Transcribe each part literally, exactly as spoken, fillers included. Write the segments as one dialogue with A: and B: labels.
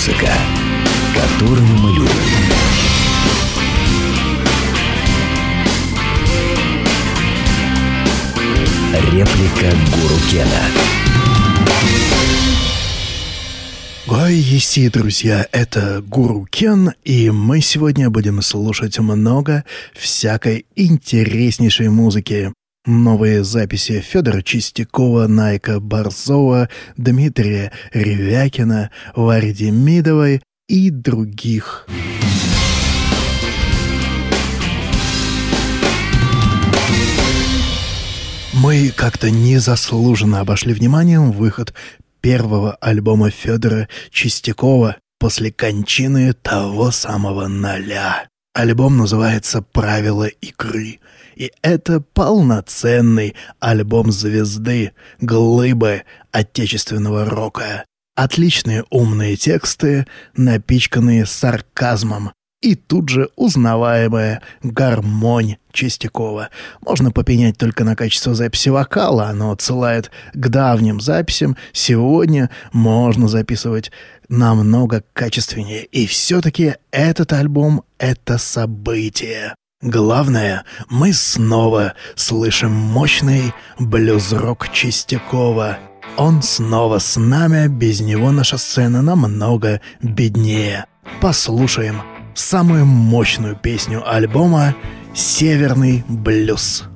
A: музыка, которую мы любим. Реплика Гуру Кена.
B: Ой, еси, друзья, это Гуру Кен, и мы сегодня будем слушать много всякой интереснейшей музыки. Новые записи Федора Чистякова, Найка Борзова, Дмитрия Ревякина, Вари Демидовой и других. Мы как-то незаслуженно обошли вниманием выход первого альбома Федора Чистякова после кончины того самого Ноля. Альбом называется «Правила игры». И это полноценный альбом звезды, глыбы отечественного рока. Отличные умные тексты, напичканные сарказмом. И тут же узнаваемая гармонь Чистякова. Можно попенять только на качество записи вокала, оно отсылает к давним записям. Сегодня можно записывать намного качественнее. И все-таки этот альбом — это событие. Главное, мы снова слышим мощный блюз-рок Чистякова. Он снова с нами, без него наша сцена намного беднее. Послушаем самую мощную песню альбома «Северный блюз».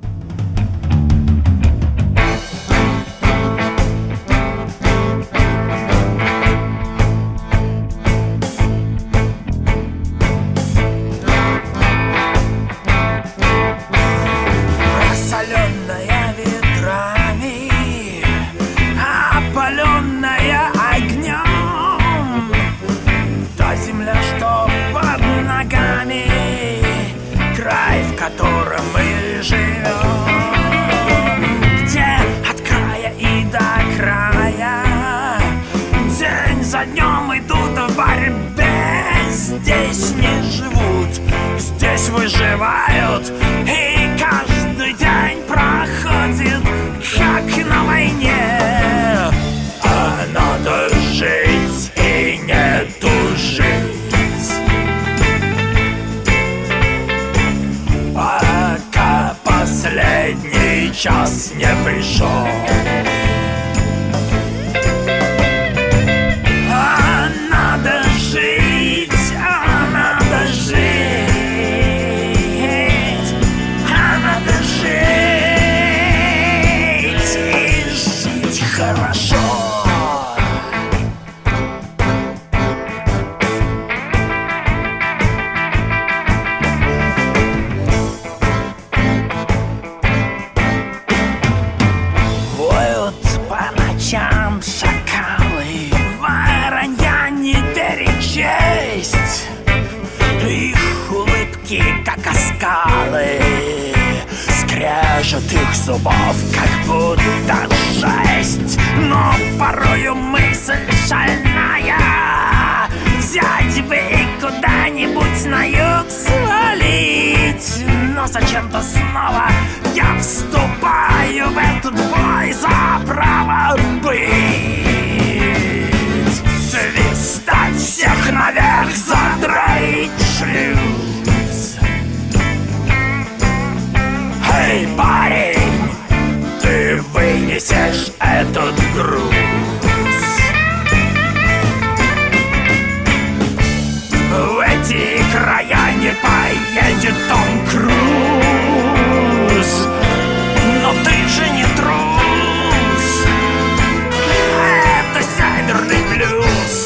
C: Здесь не живут, здесь выживают, и каждый день проходит, как на войне. А надо жить и не тужить, пока последний час не пришел. Скрежет их зубов, как будто жесть. Но порою мысль шальная: взять бы и куда-нибудь на юг свалить. Но зачем-то снова я вступаю в этот бой за право быть. Свистать всех наверх, задраить шлюз. Эй, парень, ты вынесешь этот груз. В эти края не поедет Том Круз. Но ты же не трус. Это северный блюз.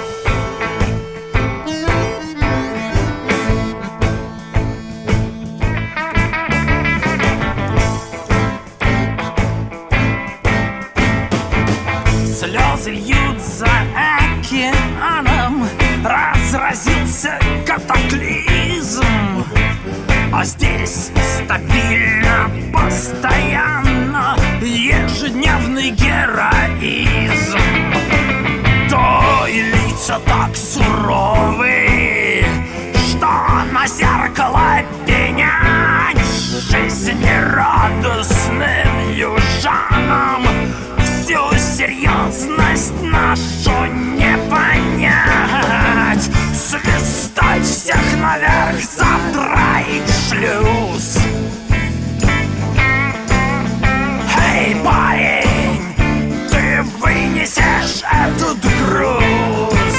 C: Слезы льют за океаном, разразился катаклизм. А здесь стабильно, постоянно ежедневный героизм. То и лица так суровы, что на зеркало пенять. Жизнерадостным южанам всю серьезность нашу не понять. свистать всех наверх, задраить шлюз. Эй, парень, ты вынесешь этот груз.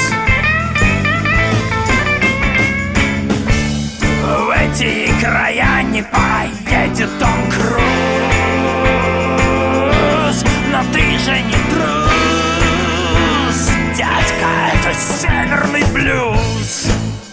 C: В эти края не поедет Том Круз. Но ты же не трус, дядька, это северный блюз.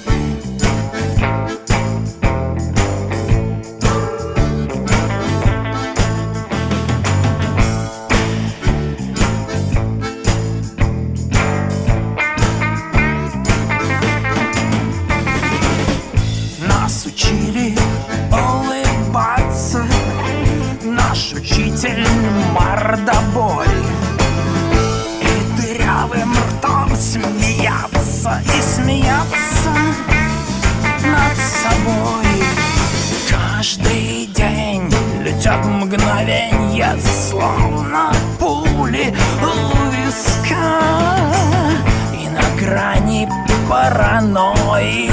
C: Нас учили улыбаться, наш учитель мордобой, и дырявым ртом смеяться и смеяться над собой. Каждый день летят мгновенья, словно пули у виска, и на грани паранойи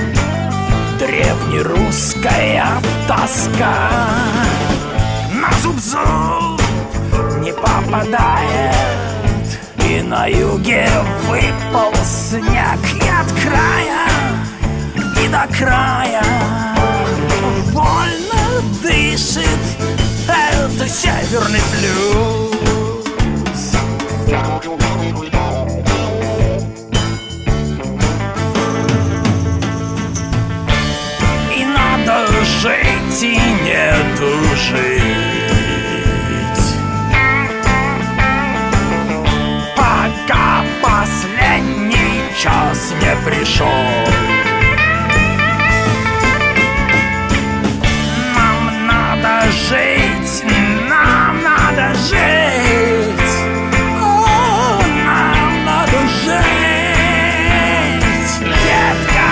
C: древнерусская тоска. На зуб-зуб не попадает, и на юге выпал снег, и от края, и до края вольно дышит это северный блюз. И надо жить, и не тужить, пока последний час не пришел. Нам надо жить, нам надо жить, о, нам надо жить, детка.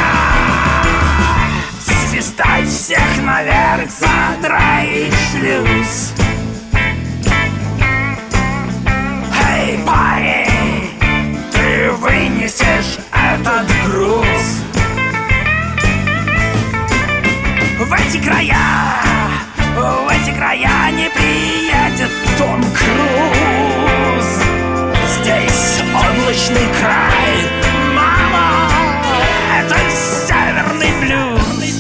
C: Свистать всех наверх, задраить шлюз. Эй, парень, ты вынесешь этот груз. В эти края, в эти края не приедет Том Круз. Здесь облачный край, мама, это северный блюз.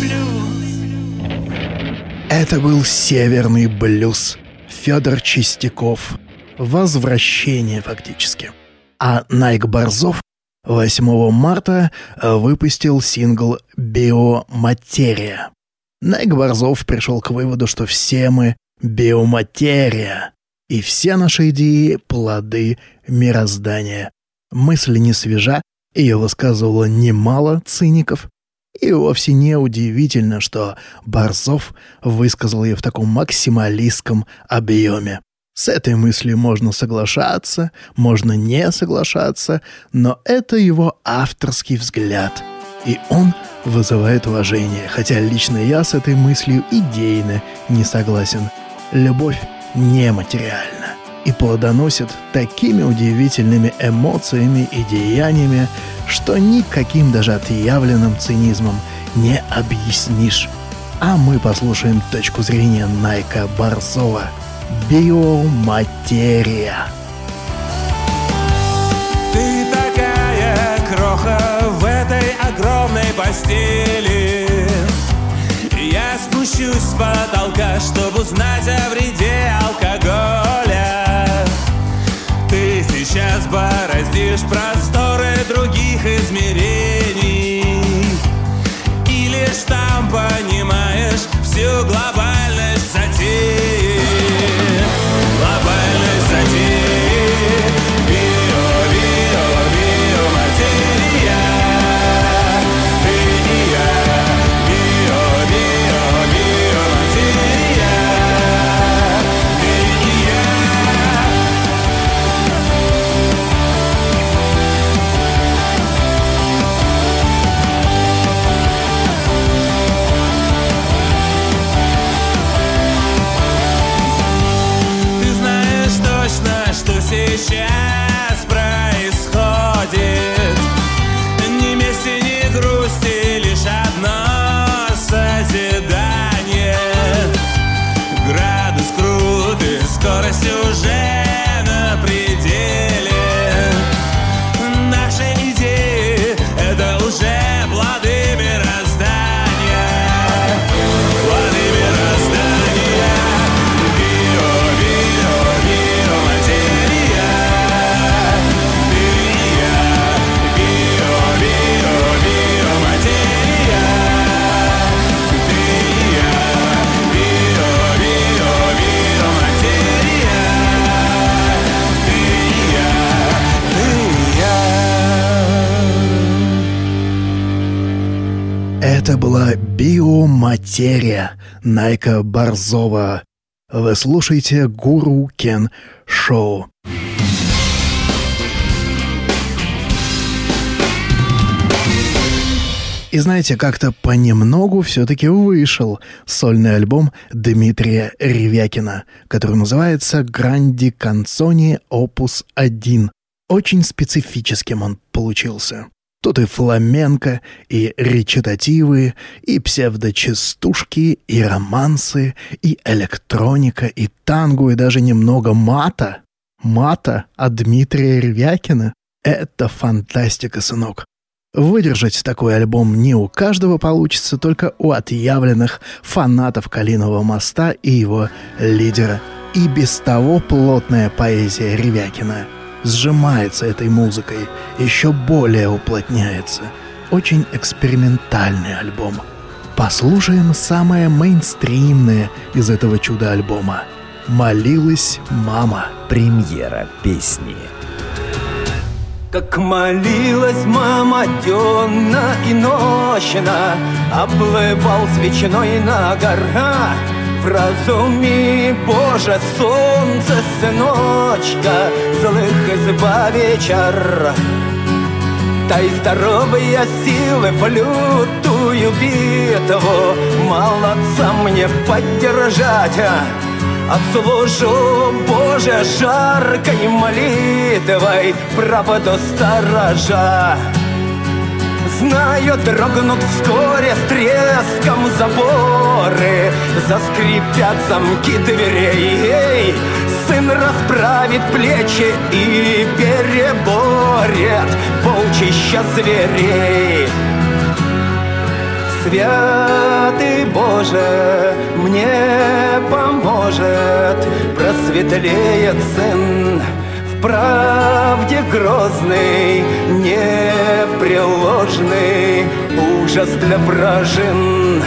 B: Это был «Северный блюз». Федор Чистяков. Возвращение, фактически. А Найк Борзов восьмого марта выпустил сингл «Биоматерия». Найк Борзов пришел к выводу, что все мы биоматерия, и все наши идеи – плоды мироздания. Мысль не свежа, ее высказывало немало циников, и вовсе не удивительно, что Борзов высказал ее в таком максималистском объеме. С этой мыслью можно соглашаться, можно не соглашаться, но это его авторский взгляд, и он вызывает уважение, хотя лично я с этой мыслью идейно не согласен. Любовь нематериальна и плодоносит такими удивительными эмоциями и деяниями, что никаким даже отъявленным цинизмом не объяснишь. А мы послушаем точку зрения Найка Борзова. Биоматерия.
D: Ты такая кроха в этой огромной постели. Я спущусь с потолка, чтобы узнать о вреде алкоголя. Ты сейчас бороздишь просторы других измерений, и лишь там понимаешь всю глобальность затеи. Глобальность затеи. Био, био, биоматерия. Ты и я. Био, био, биоматерия. Ты и я.
B: «Материя» Найка Борзова. Вы слушаете Гуру Кен Шоу. И знаете, как-то понемногу все-таки вышел сольный альбом Дмитрия Ревякина, который называется «Гранди Канцони Опус один». Очень специфическим он получился. Тут и фламенко, и речитативы, и псевдочастушки, и романсы, и электроника, и танго, и даже немного мата. Мата от Дмитрия Ревякина. Это фантастика, сынок. Выдержать такой альбом не у каждого получится, только у отъявленных фанатов «Калинового моста» и его лидера. И без того плотная поэзия Ревякина сжимается этой музыкой, еще более уплотняется. Очень экспериментальный альбом. Послушаем самое мейнстримное из этого чудо-альбома. «Молилась мама».
A: Премьера песни.
D: Как молилась мама денно и нощно, оплывал свечной на гора. Вразуми, Боже, солнце, сыночка, злых избави чар. Дай здоровья силы в лютую битву, молодца мне поддержать. Отслужу, Боже, жаркой молитвой правду сторожа. Знаю, дрогнут вскоре с треском заборы, заскрипят замки дверей. Сын расправит плечи и переборет полчища зверей. Святый Боже, мне поможет, просветлеет сын, в правде грозный, непреложный, ужас для вражин.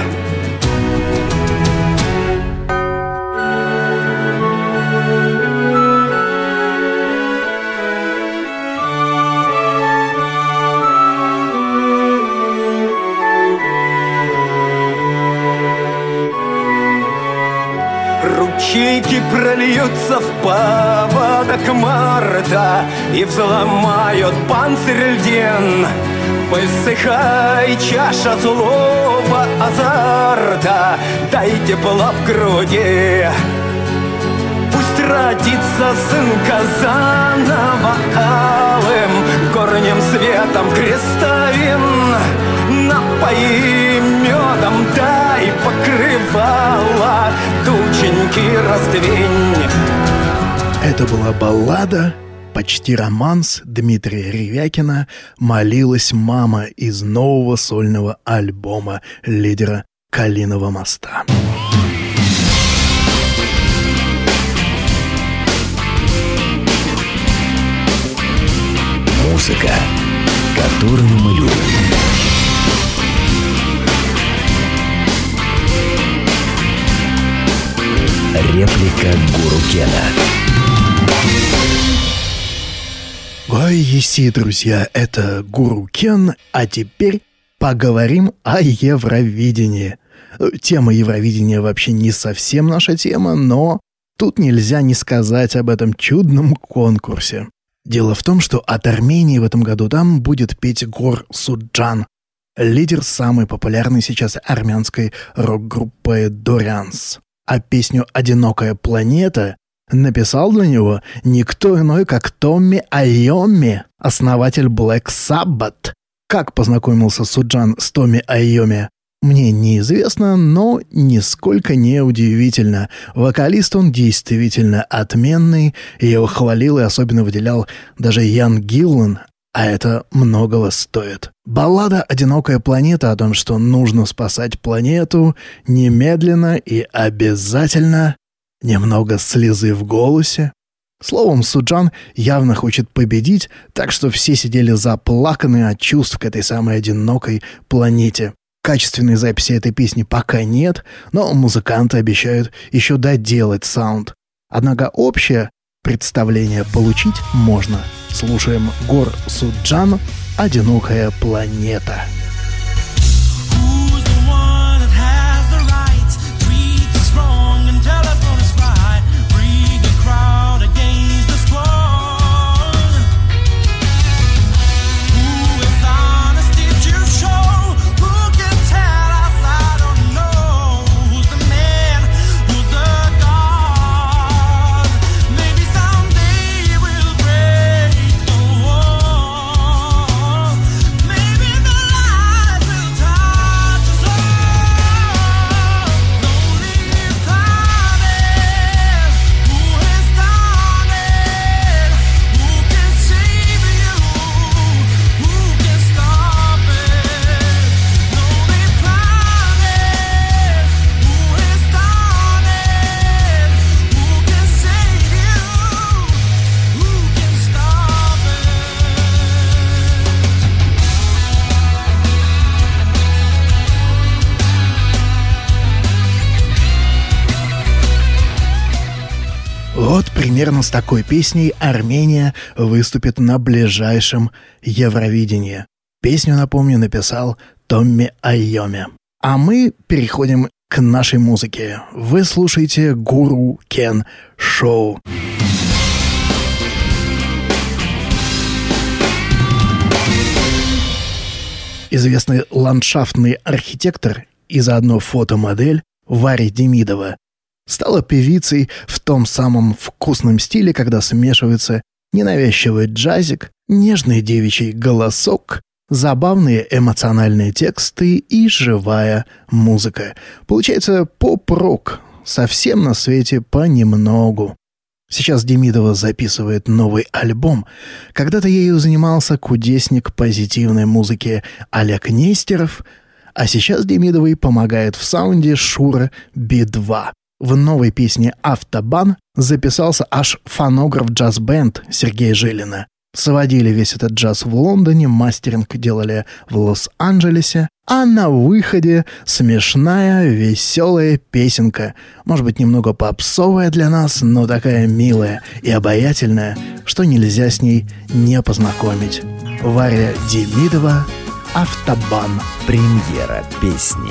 D: Ручейки прольются в паводок марта и взломают панцирь льдин. Высыхай, чаша злого азарта, дай тепла в груди. Пусть родится сынка заново алым горним светом крестовин. Напои медом, дай покрывала, тученьки раздвинь.
B: Это была баллада, почти романс Дмитрия Ревякина «Молилась мама» из нового сольного альбома лидера «Калиного моста».
A: Музыка, которую мы любим. Реплика Гуру Кена.
B: Ой, еси, друзья, это Гуру Кен, а теперь поговорим о Евровидении. Тема Евровидения вообще не совсем наша тема, но тут нельзя не сказать об этом чудном конкурсе. Дело в том, что от Армении в этом году там будет петь Гор Суджан, лидер самой популярной сейчас армянской рок-группы Дорянс. А песню «Одинокая планета» написал для него никто иной, как Томми Айоми, основатель Black Sabbath. Как познакомился Суджан с Томми Айоми, мне неизвестно, но нисколько не удивительно. Вокалист он действительно отменный, его хвалил и особенно выделял даже Ян Гиллан, а это многого стоит. Баллада «Одинокая планета» о том, что нужно спасать планету немедленно и обязательно. Немного слезы в голосе. Словом, Суджан явно хочет победить, так что все сидели заплаканные от чувств к этой самой одинокой планете. Качественной записи этой песни пока нет, но музыканты обещают еще доделать саунд. Однако общее представление получить можно. Слушаем Гор Суджан «Одинокая планета».
E: Who's the one that has the
B: Вот примерно с такой песней Армения выступит на ближайшем Евровидении. Песню, напомню, написал Томми Айоми. А мы переходим к нашей музыке. Вы слушаете Guru Ken Show. Известный ландшафтный архитектор и заодно фотомодель Варя Демидова стала певицей в том самом вкусном стиле, когда смешивается ненавязчивый джазик, нежный девичий голосок, забавные эмоциональные тексты и живая музыка. Получается поп-рок, совсем на свете понемногу. Сейчас Демидова записывает новый альбом. Когда-то ею занимался кудесник позитивной музыки Олег Нестеров, а сейчас Демидовой помогает в саунде Шура Би два. В новой песне «Автобан» записался аж фонограф джаз-бенд Сергея Жилина. Сводили весь этот джаз в Лондоне, мастеринг делали в Лос-Анджелесе, а на выходе смешная, веселая песенка. Может быть, немного попсовая для нас, но такая милая и обаятельная, что нельзя с ней не познакомить. Варя Демидова, «Автобан».
A: Премьера песни.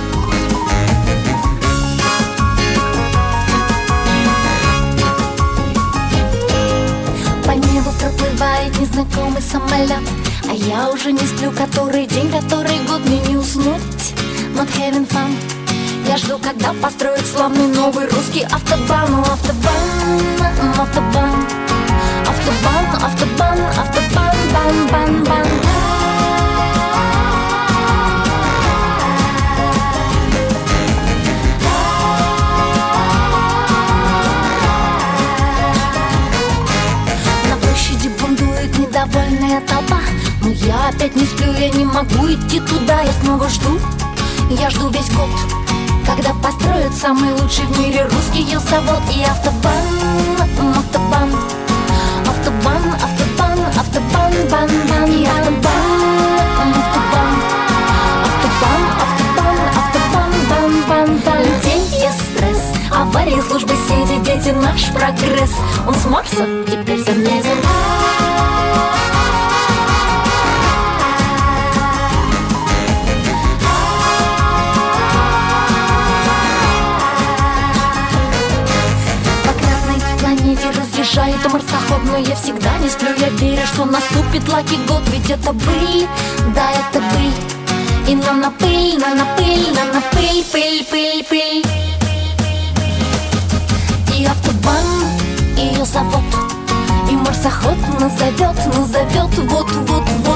E: Проплывает незнакомый самолет, а я уже не сплю который день, который год, мне не уснуть. Not having fun. Я жду, когда построят славный новый русский автобан. Автобан, автобан, автобан, автобан, автобан, бан, бан, бан. Недовольная толпа, но я опять не сплю, я не могу идти туда, я снова жду. Я жду весь год, когда построят самый лучший в мире русский завод. И автобан, автобан, автобан, автобан, автобан, бан, бан, и автобан, автобан, автобан, автобан, автобан, бан, бан, бан. Людей стресс, аварии, службы сети, дети, наш прогресс. Он с Марса теперь замерзен. Разъезжает марсоход, но я всегда не сплю. Я верю, что наступит лаки год, ведь это быль, да, это быль. И нам на пыль, на на пыль, на на пыль, пыль, пыль, пыль. И автобан, ее завод, и марсоход назовет, назовет, вот, вот, вот.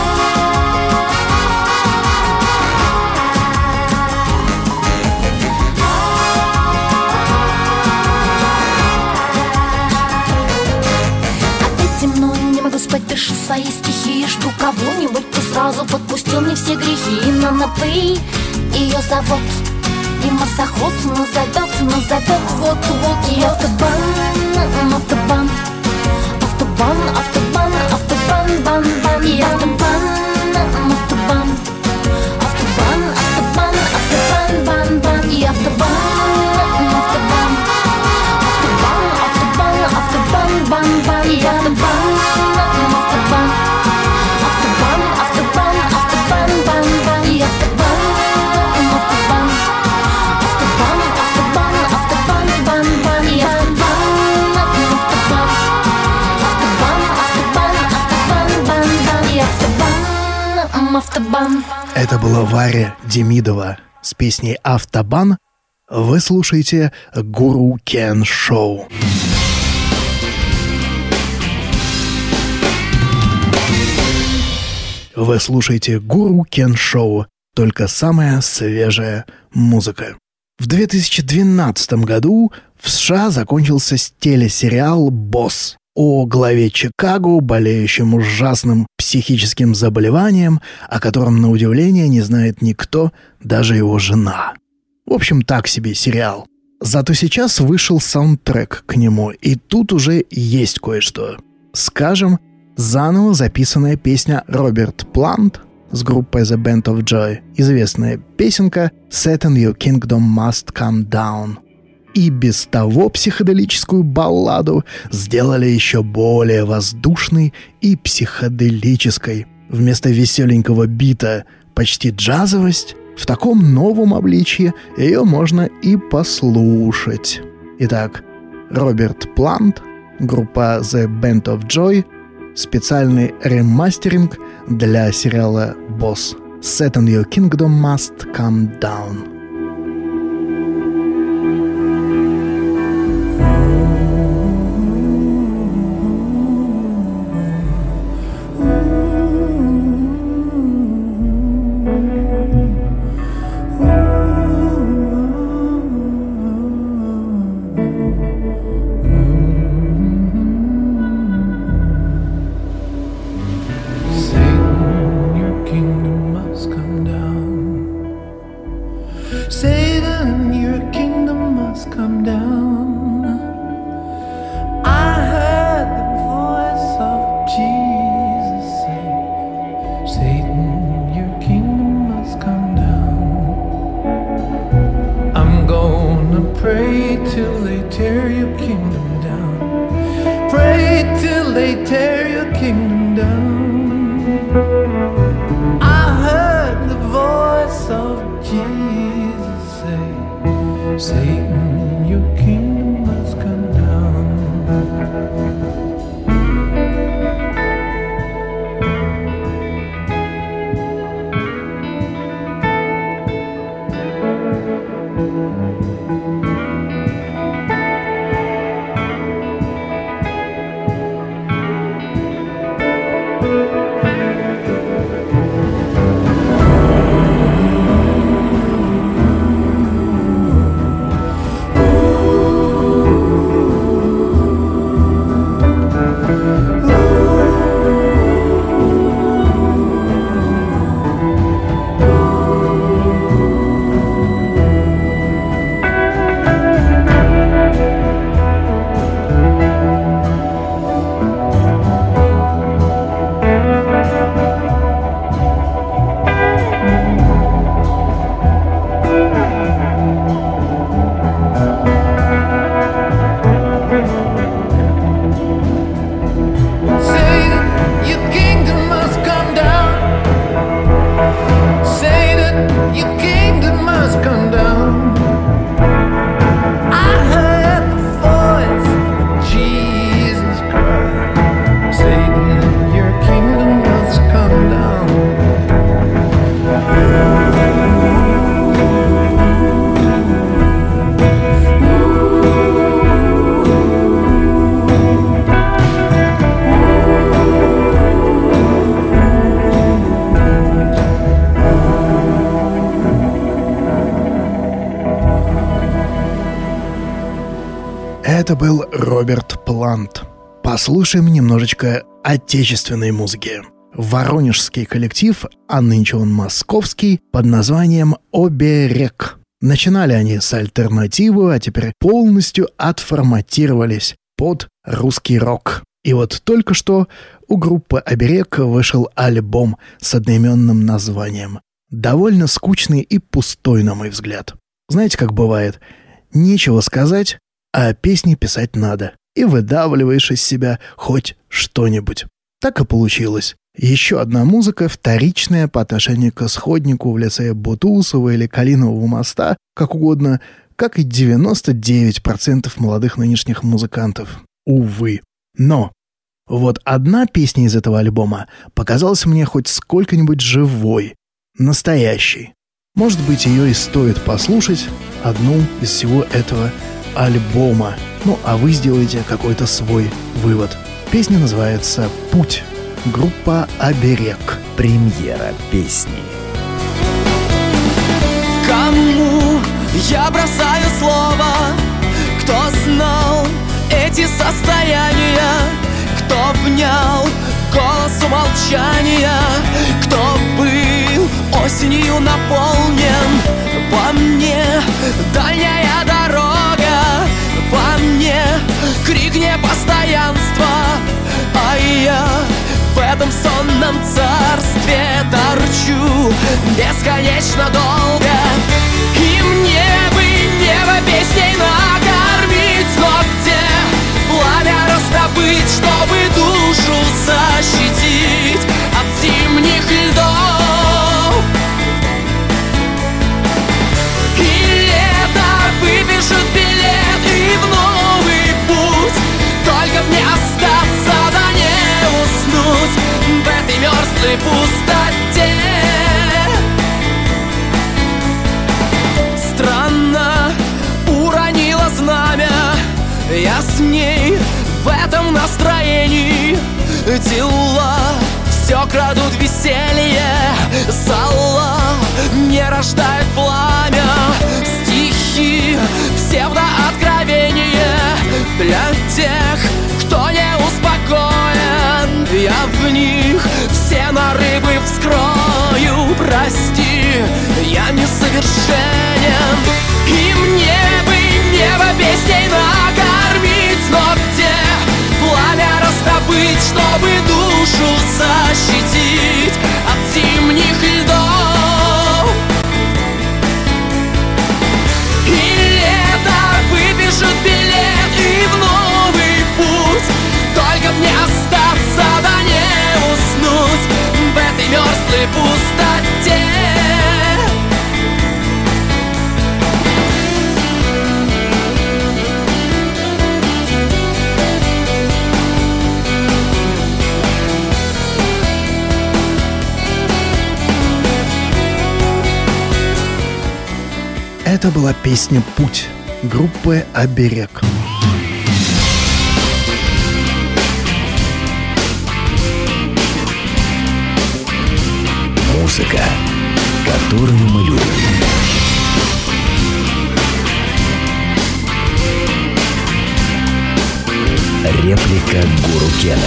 E: Спать, пишу свои стихи, жду кого-нибудь, кто сразу подпустил мне все грехи. И на напыль ее завод, и марсоход назовет, назовет, вот, вот. И автобан, автобан, автобан, автобан, автобан, бан, бан. И автобан, автобан, автобан, автобан, автобан, бан, бан. И автобан, автобан, автобан, автобан, автобан, бан, бан. И автобан.
B: Это была Варя Демидова с песней «Автобан». Вы слушаете Guru Ken Show. Вы слушаете Guru Ken Show, только самая свежая музыка. В две тысячи двенадцатом году в США закончился телесериал «Босс» о главе Чикаго, болеющем ужасным психическим заболеванием, о котором, на удивление, не знает никто, даже его жена. В общем, так себе сериал. Зато сейчас вышел саундтрек к нему, и тут уже есть кое-что. Скажем, заново записанная песня Роберт Плант с группой The Band of Joy, известная песенка «Satan Your Kingdom Must Come Down». и без того психоделическую балладу сделали еще более воздушной и психоделической. Вместо веселенького бита почти джазовость, в таком новом обличье ее можно и послушать. Итак, Роберт Плант, группа The Band of Joy, специальный ремастеринг для сериала «Босс». Satan Your Kingdom Must Come Down. Это был Роберт Плант. Послушаем немножечко отечественной музыки. Воронежский коллектив, а нынче он московский, под названием «Оберег». Начинали они с альтернативы, а теперь полностью отформатировались под русский рок. И вот только что у группы «Оберег» вышел альбом с одноименным названием. Довольно скучный и пустой, на мой взгляд. Знаете, как бывает? Нечего сказать, а песни писать надо. И выдавливаешь из себя хоть что-нибудь. Так и получилось. Еще одна музыка, вторичная по отношению к исходнику в лице Бутусова или Калинового моста, как угодно, как и девяносто девять процентов молодых нынешних музыкантов. Увы. Но вот одна песня из этого альбома показалась мне хоть сколько-нибудь живой, настоящей. Может быть, ее и стоит послушать, одну из всего этого альбома. Ну, а вы сделаете какой-то свой вывод. Песня называется «Путь». Группа «Оберег».
A: Премьера песни.
F: Кому я бросаю слово? Кто знал эти состояния? Кто внял голосу молчания? Кто был осенью наполнен? По мне дальняя дорога, по мне крик непостоянства, а я в этом сонном царстве торчу бесконечно долго. И мне бы небо песней на Я с ней в этом настроении. Дела все крадут веселье, зала не рождает пламя. Стихи псевдооткровение для тех, кто не успокоен. Я в них все на рыбы вскрою. Прости, я несовершенен. И мне бы небо песней накормить, но где пламя раздобыть, чтобы душу защитить от зимних льдов? И лето выпишет билет и в новый путь. Только мне остаться, да не уснуть в этой мерзлой пустоте.
B: Это была песня «Путь» группы «Оберег».
A: Музыка, которую мы любим. Реплика Гуру Кена.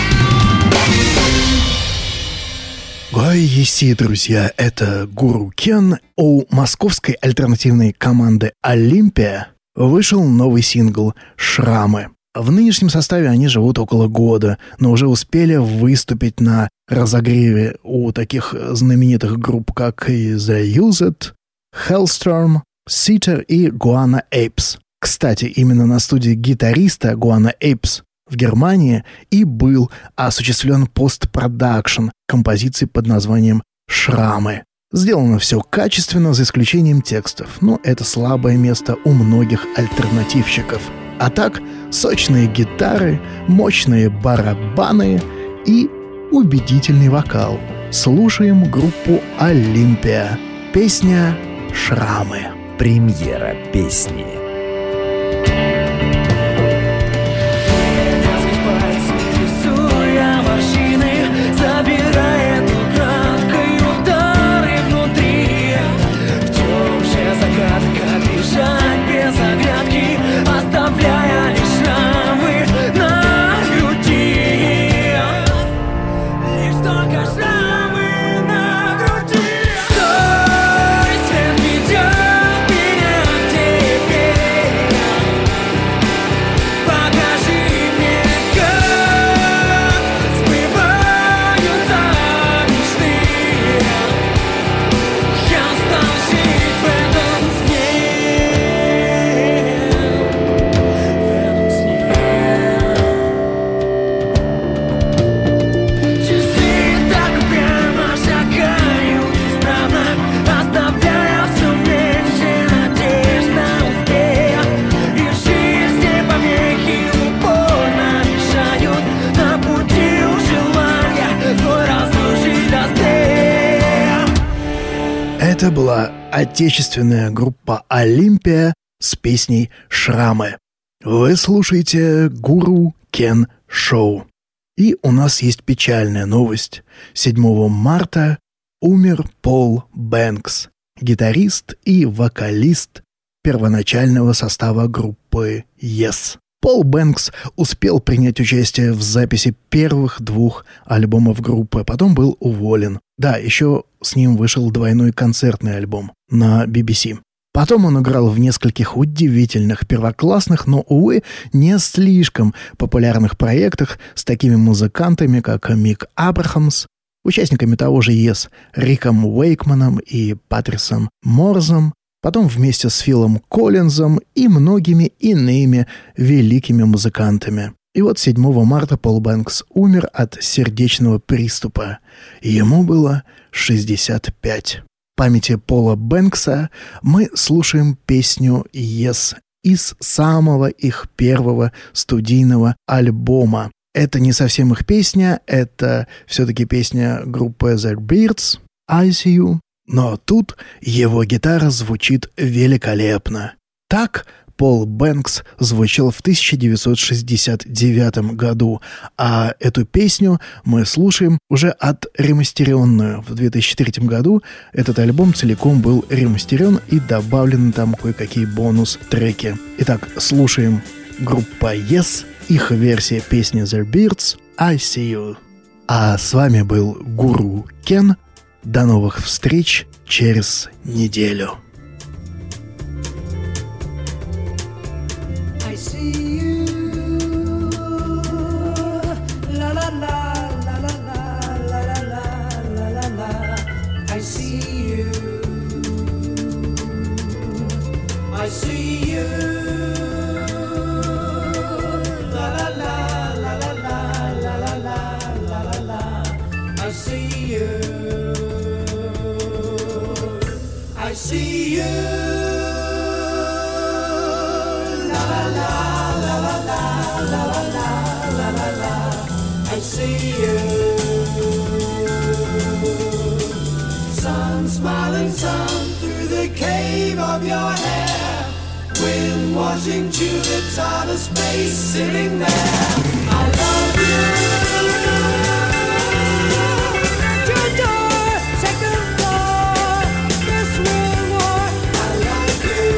B: Гай еси, друзья, это Гуру Кен. У московской альтернативной команды «Олимпия» вышел новый сингл «Шрамы». В нынешнем составе они живут около года, но уже успели выступить на разогреве у таких знаменитых групп, как и The Used, Hellstorm, Seater и Guana Apes. Кстати, именно на студии гитариста Guana Apes в Германии и был осуществлен постпродакшн композиции под названием «Шрамы». Сделано все качественно, за исключением текстов, но это слабое место у многих альтернативщиков. А так, сочные гитары, мощные барабаны и убедительный вокал. Слушаем группу «Олимпия». Песня «Шрамы».
A: Премьера песни.
B: Это была отечественная группа «Олимпия» с песней «Шрамы». Вы слушаете Гуру Кен Шоу. И у нас есть печальная новость. седьмого марта умер Пол Бэнкс, гитарист и вокалист первоначального состава группы Yes. Пол Бэнкс успел принять участие в записи первых двух альбомов группы, потом был уволен. Да, еще с ним вышел двойной концертный альбом на би би си. Потом он играл в нескольких удивительных, первоклассных, но, увы, не слишком популярных проектах с такими музыкантами, как Мик Абрахамс, участниками того же Yes, Риком Уэйкманом и Патрисом Морзом, потом вместе с Филом Коллинзом и многими иными великими музыкантами. И вот седьмого марта Пол Бэнкс умер от сердечного приступа. Ему было шестьдесят пять. В памяти Пола Бэнкса мы слушаем песню «Yes» из самого их первого студийного альбома. Это не совсем их песня, это все-таки песня группы The Beards, I See You, но тут его гитара звучит великолепно. Так Пол Бэнкс звучал в тысяча девятьсот шестьдесят девятом году, а эту песню мы слушаем уже отремастеренную. В две тысячи третьем году этот альбом целиком был ремастерен и добавлены там кое-какие бонус-треки. Итак, слушаем группа Yes, их версия песни The Beards «I See You». А с вами был Гуру Кен. До новых встреч через неделю.
G: I see you, la la la la la la la la la la la. I see you, I see you, la la la la la la la la la la. I see you, I see you. I see you, sun smiling sun through the cave of your hair, wind washing tulips out of space sitting there. I love you. At your door, second floor, this world war. I love you.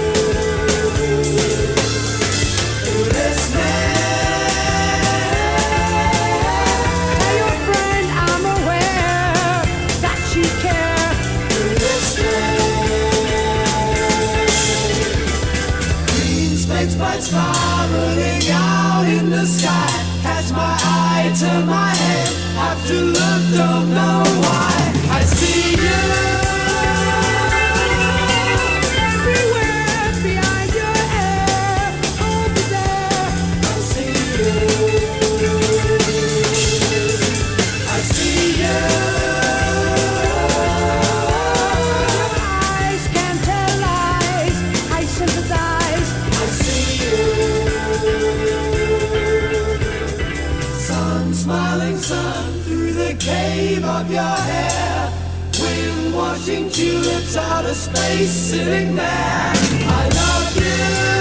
G: Listening. Star running out in the sky. Catch my eye, turn my head. Have to look, don't know why. I see you everywhere behind your hair. Over there, I see you. I see you. Your eyes can't tell lies. I sympathize. I see sun, smiling sun through the cave of your hair, wind washing tulips out of space sitting there. I love you.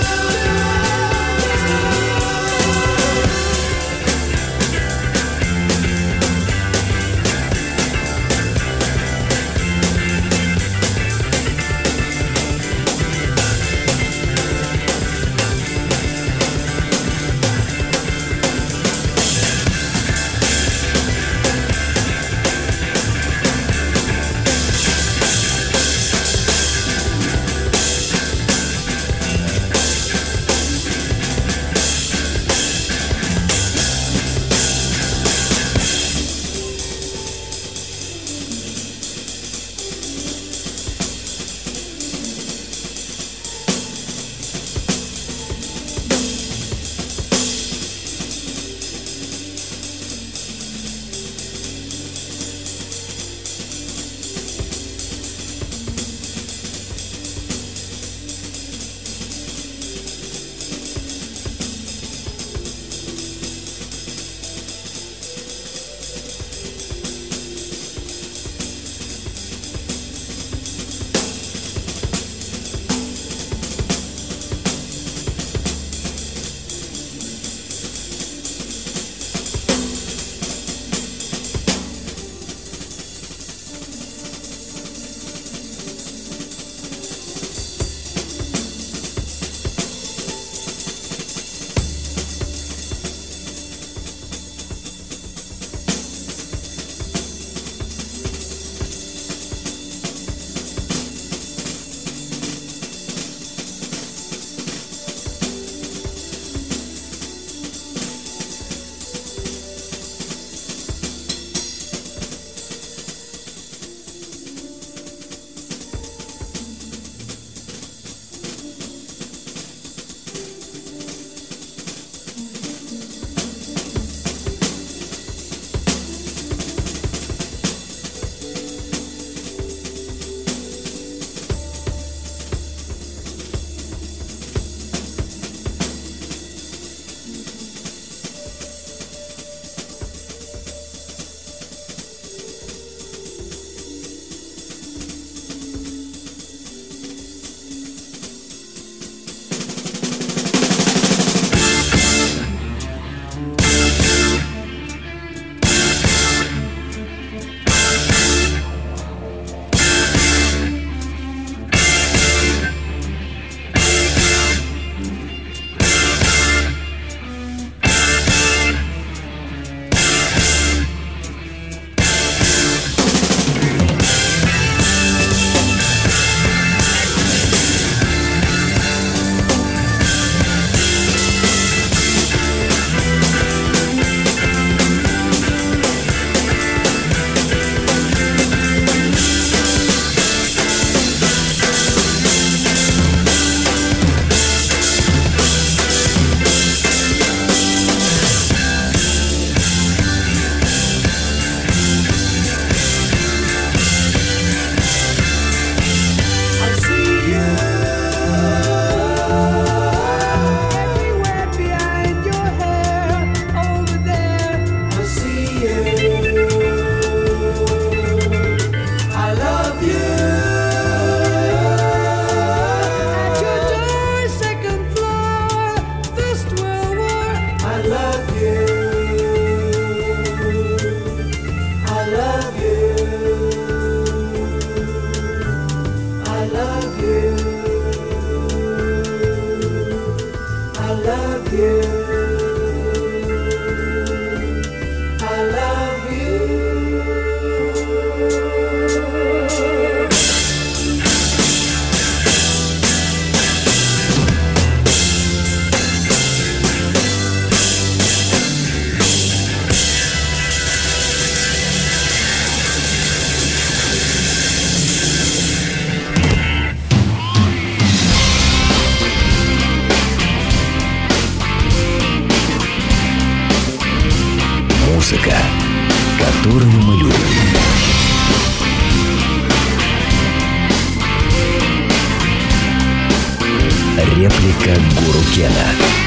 A: Музыка, которую мы любим. Реплика Гуру Кена.